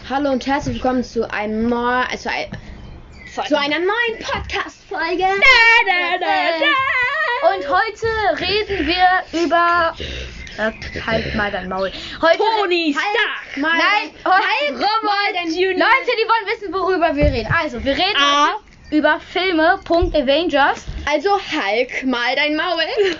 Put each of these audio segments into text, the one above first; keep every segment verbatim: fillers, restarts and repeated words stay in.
Hallo und herzlich willkommen zu einem neuen, also ein, zu einer neuen Podcast-Folge. Da, da, da, da. Und heute reden wir über äh, halt mal dein Maul. Heute Tony Stark. Stark. Mal Nein, dein, heute mal dein Junior. Leute, die wollen wissen, worüber wir reden. Also, wir reden Ah. heute über Filme. Punkt Avengers. Also Hulk, mal dein Maul.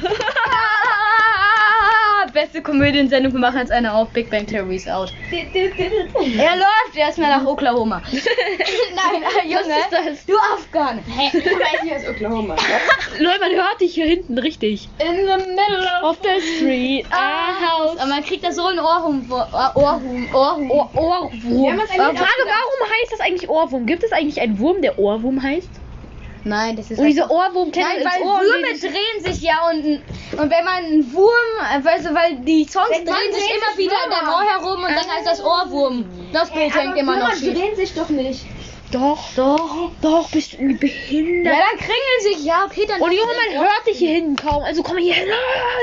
Beste Komödiensendung, wir machen jetzt eine auf Big Bang Theory ist out. Er läuft erstmal nach Oklahoma. Nein, äh, Junge, Was ist das? du Afghan. Hä? Ich weiß nicht, was Oklahoma. Leute, man hört dich hier hinten richtig. In the middle Auf der Street, a house. Aber man kriegt da so einen Ohrhum, Ohrhum, Ohrhum. Ohr, Ohrwurm. Wir haben uns Äh, eigentlich Frage, auch warum heißt das eigentlich Ohrwurm? Gibt es eigentlich einen Wurm, der Ohrwurm heißt? Nein, das ist Und diese einfach- Ohrwurm Nein, ins weil Ohr und Würmer den- drehen sich ja und, und wenn man einen Wurm, äh, weißt du, weil die Songs Seit wann drehen sich drehen immer sich wieder in deinem Würmer? Ohr herum und dann heißt das Ohrwurm. Das Bild hängt immer noch schief. drehen sich doch nicht. Doch, doch, doch, bist du behindert. Ja, dann kringeln sich, ja, okay, dann... Und Junge, man hört dich hier hinten kaum. Also komm hier hin.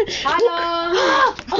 Hallo.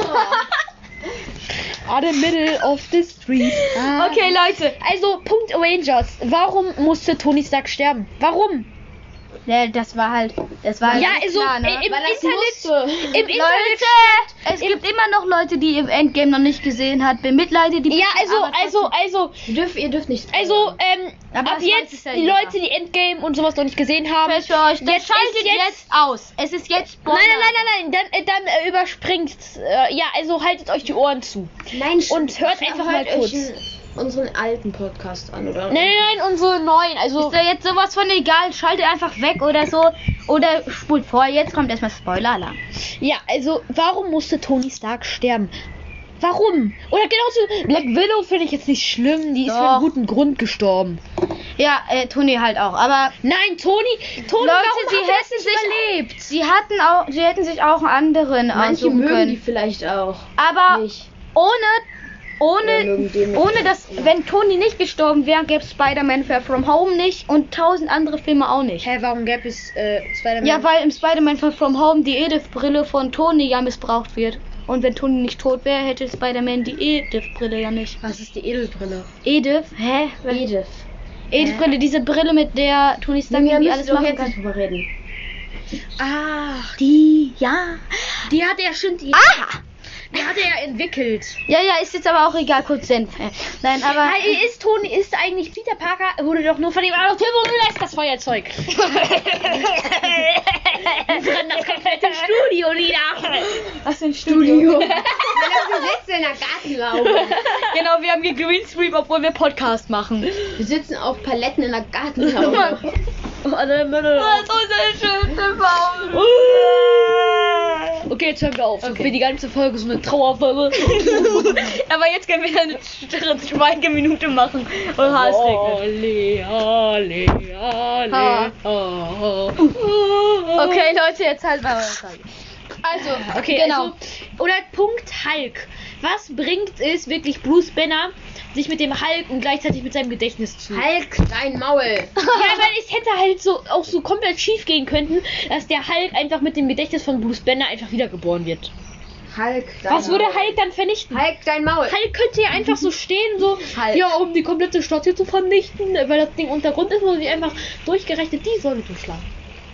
Are the middle of the street. Ah. Okay, Leute. Also, Punkt Avengers. Warum musste Tony Stark sterben? Warum? Ja, das war halt, das war Ja, halt also klar, ne? im Weil das Internet, musste. im Internet Leute, es gibt immer noch Leute, die im Endgame noch nicht gesehen hat. Bemitleide die Ja, bitte, also, aber also, trotzdem. also, Ihr dürft, ihr dürft nicht. also, ähm, Aber ab das weiß jetzt, es ja die jeder. Leute, die Endgame und sowas noch nicht gesehen haben, Fest für euch, dann jetzt schaltet ist jetzt, jetzt aus. Es ist jetzt nein, nein, nein, nein, nein, dann, äh, dann äh, überspringt, äh, ja, also haltet euch die Ohren zu. Nein, Und hört einfach mal hört euch kurz. in unseren alten Podcast an, oder? Nein, nein, nein, unsere neuen, also, Ist da jetzt sowas von egal, schaltet einfach weg oder so. Oder spult vor, jetzt kommt erstmal Spoiler-Alarm. ja, also, warum musste Tony Stark sterben? Warum? Oder genauso, Black Widow finde ich jetzt nicht schlimm, die ist für Doch. einen guten Grund gestorben. Ja, äh, Tony halt auch. Aber Nein, Tony, Tony, Leute, warum sie hat er hätten das sich nicht überlebt? Sie hatten auch, sie hätten sich auch einen anderen Manche aussuchen mögen die können. vielleicht auch. Aber Nicht. ohne, Oder ohne, mögen die nicht. ohne dass, wenn Tony nicht gestorben wäre, gäbe es Spider-Man Far From Home nicht und tausend andere Filme auch nicht. Hä, warum gäbe es äh, Spider-Man? Ja, weil im Spider-Man Far From Home die Edith-Brille von Tony ja missbraucht wird. Und wenn Tony nicht tot wäre, hätte Spider-Man die Edith-Brille ja nicht. Was ist die Edelbrille? Edith? Hä? Edith. Edith-Brille, diese Brille, mit der Tony Stark Wir irgendwie müssen alles doch machen jetzt kann. nicht drüber reden. Ach, Die, ja. die hat er schon, die, Ah! die hat er ja entwickelt. Ja, ja, ist jetzt aber auch egal, kurz Senf. Äh, Nein, aber... Hey, ist Tony, ist eigentlich Peter Parker, wurde doch nur von ihm adoptiert und du lässt das Feuerzeug. Wir brennen das komplette Studio nieder. Was für ein Studio? Wir sitzen in der Gartenlaube. Genau, wir haben hier Greenscreen, obwohl wir Podcast machen. Wir sitzen auf Paletten in der Gartenlaube. Alle Müll. so sehr schön, Baum. Okay, jetzt hören wir auf. Okay. Für die ganze Folge so eine Trauerfolge. Aber jetzt können wir eine stilre Schweigeminute machen. Und Haas regnet. Ale, ale, ale, Ha. ha. Okay, Leute, jetzt halt mal. Also, okay, Genau. also, oder Punkt Hulk. Was bringt es wirklich Bruce Banner, sich mit dem Hulk und gleichzeitig mit seinem Gedächtnis zu? Hulk, dein Maul. Ja, weil es hätte halt so auch so komplett schief gehen können, dass der Hulk einfach mit dem Gedächtnis von Bruce Banner einfach wiedergeboren wird. Hulk, dein Was würde Maul. Hulk dann vernichten? Hulk, dein Maul. Hulk könnte ja einfach so stehen, so, Hulk. ja, um die komplette Stadt hier zu vernichten, weil das Ding Untergrund ist, wo sie einfach durchgerechnet die Säule durchschlagen.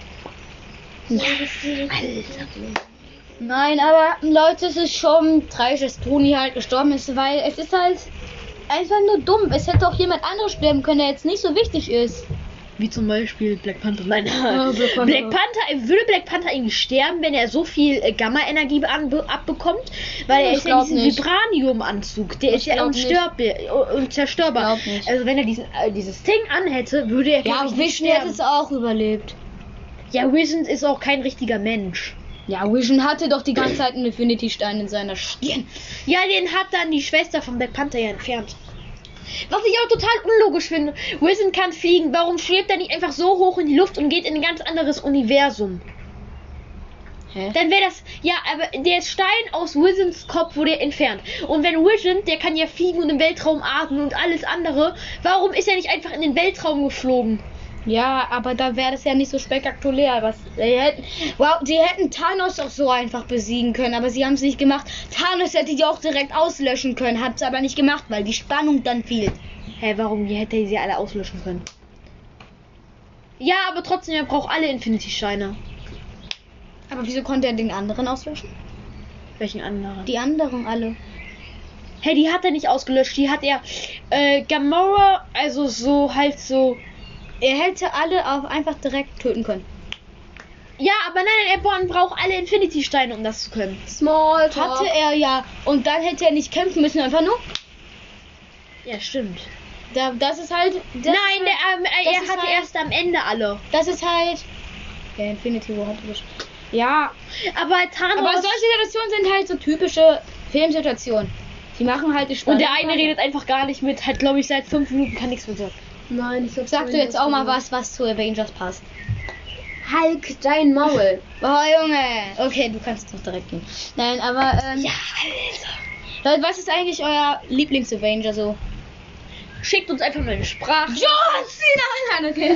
Nein, aber Leute, es ist schon tragisch, dass Tony halt gestorben ist, weil es ist halt einfach nur dumm. Es hätte auch jemand anderes sterben können, der jetzt nicht so wichtig ist. Wie zum Beispiel Black Panther. Nein, Ja, Black Panther. Black Panther, würde Black Panther eigentlich sterben, wenn er so viel äh, Gamma-Energie anbe- abbekommt? Weil er Ich ist ja in glaub diesem nicht. Vibranium-Anzug. Der Ich ist ja glaub unstörbar, unzerstörbar. Ich glaub nicht. Also wenn er diesen, äh, dieses Ding anhätte, würde er glaub ich, nicht Vision hätte sterben. es auch überlebt. Ja, Vision ist auch kein richtiger Mensch. Ja, Vision hatte doch die ganze Zeit einen Infinity-Stein in seiner Stirn. Ja, den hat dann die Schwester von Black Panther ja entfernt. Was ich auch total unlogisch finde. Vision kann fliegen. Warum schwebt er nicht einfach so hoch in die Luft und geht in ein ganz anderes Universum? Hä? Dann wäre das, ja, aber der Stein aus Visions Kopf wurde entfernt. Und wenn Vision, der kann ja fliegen und im Weltraum atmen und alles andere, warum ist er nicht einfach in den Weltraum geflogen? Ja, aber da wäre das ja nicht so spektakulär. Was, die hätten, wow, die hätten Thanos auch so einfach besiegen können, aber sie haben es nicht gemacht. Thanos hätte die auch direkt auslöschen können, hat es aber nicht gemacht, weil die Spannung dann fehlt. Hä, warum hätte er sie alle auslöschen können? Ja, aber trotzdem, er braucht alle Infinity-Steine. Aber wieso konnte er den anderen auslöschen? Welchen anderen? Die anderen alle. Hey, die hat er nicht ausgelöscht. Die hat er, äh, Gamora, also so, halt so. Er hätte alle auch einfach direkt töten können. Ja, aber nein, er braucht alle Infinity-Steine, um das zu können. Small Talk. Hatte er ja. Und dann hätte er nicht kämpfen müssen, einfach nur. Ja, stimmt. Da, das ist halt. Das Nein, ist halt, der, ähm, äh, das er ist hatte halt- erst am Ende alle. Das ist halt. Ja, Infinity War hatte ich. Ja. Aber Thanos... Aber solche Situationen sind halt so typische Filmsituationen. Die machen halt die und Spannung. der eine redet einfach gar nicht mit, hat glaube ich seit fünf Minuten kann nichts mehr sagen. Nein, ich glaub, Sag du jetzt auch mal was, was zu Avengers passt. Hulk, dein Maul. Oh, Junge. Okay, du kannst doch direkt gehen. Nein, aber, ähm... Ja, Leute, was ist eigentlich euer Lieblings-Avenger so? schickt uns einfach mal eine Sprache. John Cena! Nein, okay.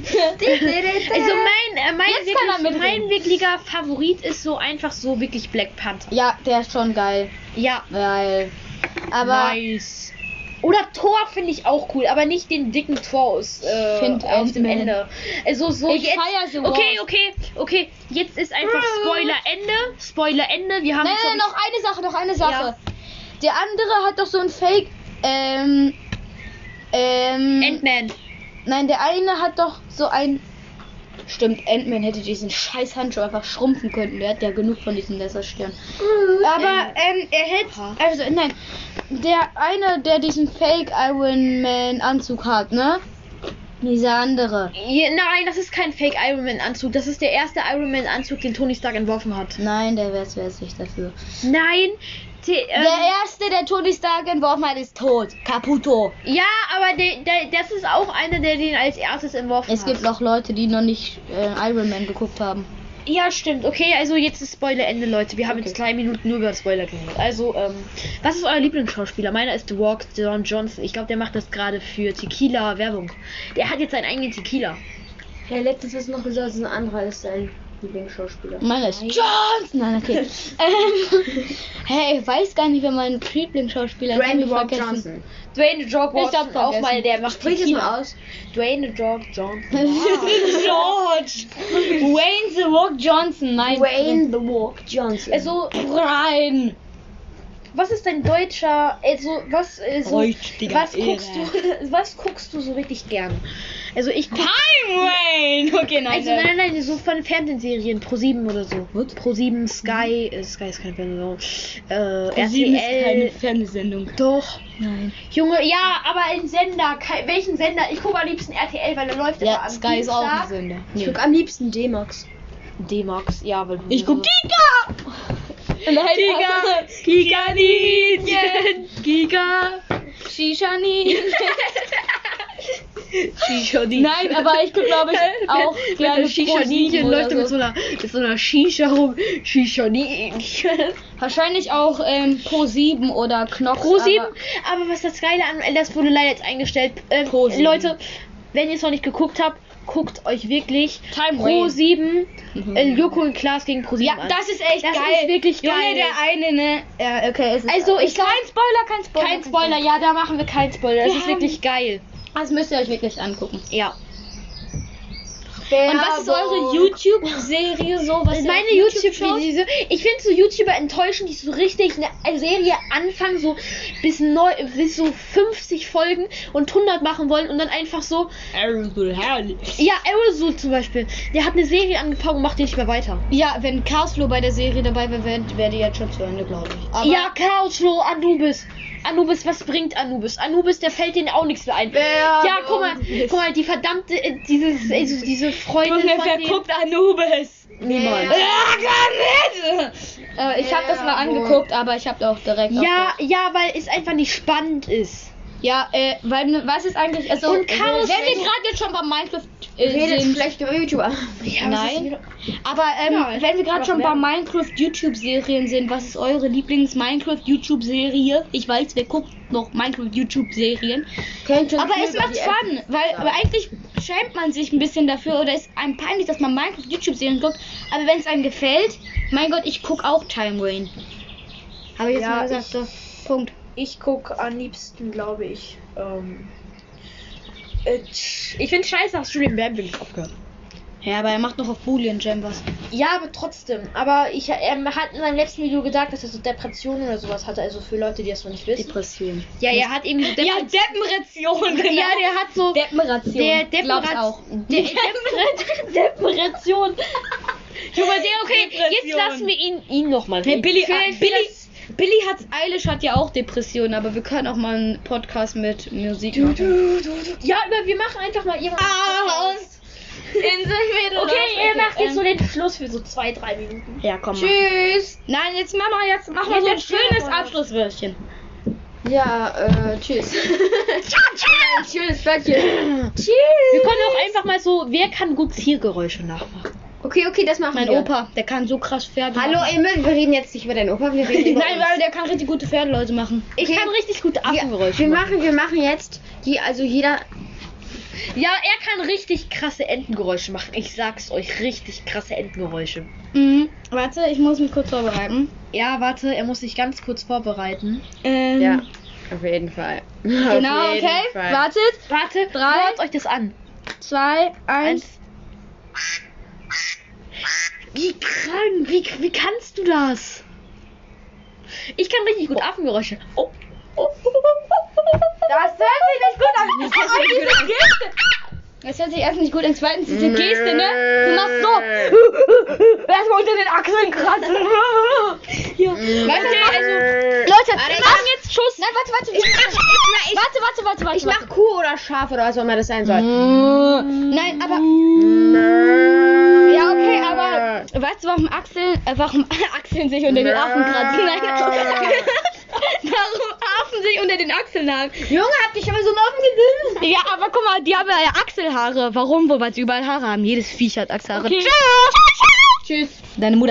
Also mein, äh, mein, Jetzt kann er wirklich, mitreden. mein wirklicher Favorit ist so einfach so wirklich Black Panther. Ja, der ist schon geil. Ja, Geil. Aber... nice. Oder Thor finde ich auch cool, aber nicht den dicken Thor aus, äh, Find auf dem Ant-Man. Ende. Also so Ich jetzt. feier The Okay, Wasp. okay, okay. Jetzt ist einfach Spoiler Ende. Spoiler Ende. Wir haben Nein, jetzt nein, noch noch eine Sache, noch eine Sache. Ja. Der andere hat doch so ein Fake... Ähm... Ähm... Ant-Man. Nein, der eine hat doch so ein... Stimmt, Ant-Man hätte diesen scheiß Handschuh einfach schrumpfen können. Der hat ja genug von diesen Lasersternen. Aber ähm, er hätte... Aha. Also, nein. Der eine, der diesen Fake Iron Man Anzug hat, ne? Dieser andere. Ja, nein, das ist kein Fake Iron Man Anzug. Das ist der erste Iron Man Anzug, den Tony Stark entworfen hat. Nein, der wär's, wär's nicht dafür. Nein. Die, ähm, Der erste, der Tony Stark entworfen hat, ist tot. Caputo. ja, aber der, der, das ist auch einer, der den als erstes entworfen Es hat. gibt noch Leute, die noch nicht äh, Iron Man geguckt haben. Ja, stimmt. Okay, also jetzt ist Spoiler-Ende, Leute. Wir haben Okay. jetzt drei Minuten nur über Spoiler geredet. Also, ähm, was ist euer Lieblingsschauspieler? Meiner ist The Rock, Don Johnson. Ich glaube, der macht das gerade für Tequila-Werbung. Der hat jetzt seinen eigenen Tequila. Hey, letztens hast du noch gesagt, ein anderer ist dein Lieblingsschauspieler. Meiner ist Johnson. Nein, okay. ähm, hey, ich weiß gar nicht, wer mein Lieblingsschauspieler ist. Dwayne Hab ich The Rock vergessen. Johnson. Dwayne The Rock Ich hab Johnson auch vergessen. mal, der macht Sprich es Tequila. mal aus. Dwayne The Rock Johnson. George. Wayne The Rock Johnson, mein Dwayne The Rock Johnson. Also, Rein. was ist dein deutscher, also, was, äh, so, Deutsch, Digga, was guckst du, was guckst du so wirklich gern? Also, ich guck, Time Wayne. Okay, nein. also, nein, nein, so von Fernsehserien, Pro sieben oder so. What? Pro sieben, Sky, äh, Sky ist keine Fernsehsendung, äh, ProSieben ist keine R T L. Fernsehsendung. Doch. Nein. Junge, ja, aber ein Sender, kei- welchen Sender? Ich gucke am liebsten R T L, weil da läuft immer Ja, am Sky ist auch ein Dienstag Sender. Ich Nee. guck am liebsten D-Max. D-Max, ja, weil du Ich guck Giga. Nein, Giga, Giga-Ninchen, Giga. Shishani. Shisha-Ninchen. Nein, aber ich guck, glaube ich, auch Mit gerne der Shisha-Ninchen ProSieben läuft oder mit so. so einer, mit so einer Shisha rum. Shisha-Ninchen. Wahrscheinlich auch ähm, Pro sieben oder Knox. Pro sieben, aber- aber was das Geile an, das wurde leider jetzt eingestellt. Äh, Pro sieben. Leute, wenn ihr es noch nicht geguckt habt, guckt euch wirklich Time Pro Wayne. sieben Mhm. äh, Joko und Klaas gegen Pro sieben Ja, an. das ist echt Das geil. ist wirklich Junge, geil. der eine, ne? Ja, okay, es ist Also, ich kein Spoiler, kein Spoiler. Kein Spoiler, ja, da machen wir keinen Spoiler. Das Wir ist haben- wirklich geil. Das müsst ihr euch wirklich angucken. Ja. Und was ist eure YouTube-Serie so? Was ihr Meine auf YouTube schaut? YouTube-Videos, ich finde so YouTuber enttäuschend, die so richtig eine Serie anfangen, so bis, neu, bis so fünfzig Folgen und hundert machen wollen und dann einfach so, ja, Aerosol zum Beispiel, der hat eine Serie angefangen und macht die nicht mehr weiter. Ja, wenn Carsflow bei der Serie dabei wäre, wäre wär die jetzt schon zu Ende, glaube ich. Aber Ja, Chaosflow, Anubis. Anubis, was bringt Anubis? Anubis, der fällt denen auch nichts mehr ein. Ja, guck mal, guck mal, die verdammte, äh, dieses, also diese Freundin Junge, von wer denen- guckt Anubis? Niemand. Ja, gar nicht! Äh, ich habe das mal angeguckt, aber ich habe auch direkt. Ja, aufgehört. ja, weil es einfach nicht spannend ist. Ja, äh, weil, was ist eigentlich, also, Und Chaos- wenn wir gerade jetzt schon bei Minecraft äh, Redet sind, schlecht über YouTuber. Ja, was Nein. ist wieder- aber ähm, Ja, wenn wir gerade mach schon bei Werbung. Minecraft YouTube-Serien sind, was ist eure Lieblings-Minecraft YouTube-Serie? Ich weiß, wer guckt noch Minecraft YouTube-Serien. Kennt schon Aber viel es über macht die Fun, weil aber eigentlich schämt man sich ein bisschen dafür oder ist einem peinlich, dass man Minecraft YouTube-Serien guckt. Aber wenn es einem gefällt, mein Gott, ich gucke auch Time Wayne. Habe ich jetzt Ja, mal gesagt, so. Punkt. Ich gucke am liebsten, glaube ich, ähm, äh, ich finde scheiße, dass Julian Bam nicht aufgehört. Ja, aber er macht noch auf Boolean Jam was. Ja, aber trotzdem. Aber ich, er hat in seinem letzten Video gesagt, dass er so Depressionen oder sowas hatte. Also für Leute, die das noch nicht wissen. Depression. Ja, er hat eben so Ja, Depression, genau. Ja, der hat so... Depression. Der Glaub's Deperat- auch. Der Deper- Depression. Junge, der, okay, jetzt Depression. lassen wir ihn, ihn nochmal Hey, reden. Billy, Für- äh, für Billy, das- Billy hat, Eilish hat ja auch Depressionen, aber wir können auch mal einen Podcast mit Musik Du, machen. du, du, du. Ja, aber wir machen einfach mal irgendwann... Ah, Okay, ihr macht jetzt so den Schluss für so zwei, drei Minuten. Ja, komm mal. Tschüss. Nein, jetzt machen wir jetzt machen wir so ein schönes Abschlusswörtchen. Ja, äh, tschüss. Ein schönes Wörtchen. Tschüss. Wir können auch einfach mal so, wer kann gut Tiergeräusche nachmachen? Okay, okay, das machen Mein wir. Opa, der kann so krass Pferde Hallo machen. Emil, wir reden jetzt nicht über deinen Opa, wir reden über Nein, uns. weil der kann richtig gute Pferdeleute machen. Ich Okay. kann richtig gute Affengeräusche wir machen. machen, wir machen jetzt die, also jeder. Ja, er kann richtig krasse Entengeräusche machen. Ich sag's euch, richtig krasse Entengeräusche. Mhm. Warte, ich muss mich kurz vorbereiten. Ja, warte, er muss sich ganz kurz vorbereiten. Ähm, Ja, auf jeden Fall. Genau, auf jeden okay. Fall. Wartet. Warte, Drei. hört euch das an. Zwei, eins. Wie krank, wie, wie kannst du das? Ich kann richtig gut Affengeräusche. Oh. Oh. Das hört sich nicht gut an. Das hört sich nicht gut an. Das hört sich erst nicht gut an. Zweitens diese Geste, ne? Du machst so. Erstmal unter den Achseln kratzen. Ja. Okay, also, Leute, Warte, wir ich machen mach- jetzt Schuss. Nein, warte, warte. Ich mach, ich, Warte, warte, warte, warte. ich mach Kuh oder Schaf oder was auch immer das sein soll. Nein, aber. Ja, okay, aber. Weißt du, warum Achseln, äh, warum Achseln sich unter den Affen kratzen? Nein. Warum Affen sich unter den Achseln haben? Junge, hab dich aber so offen gesehen. Ja, aber guck mal, die haben ja Achselhaare. Warum? Wo, weil sie überall Haare haben. Jedes Viech hat Achselhaare. Okay. Ciao. Tschüss. Deine Mutter.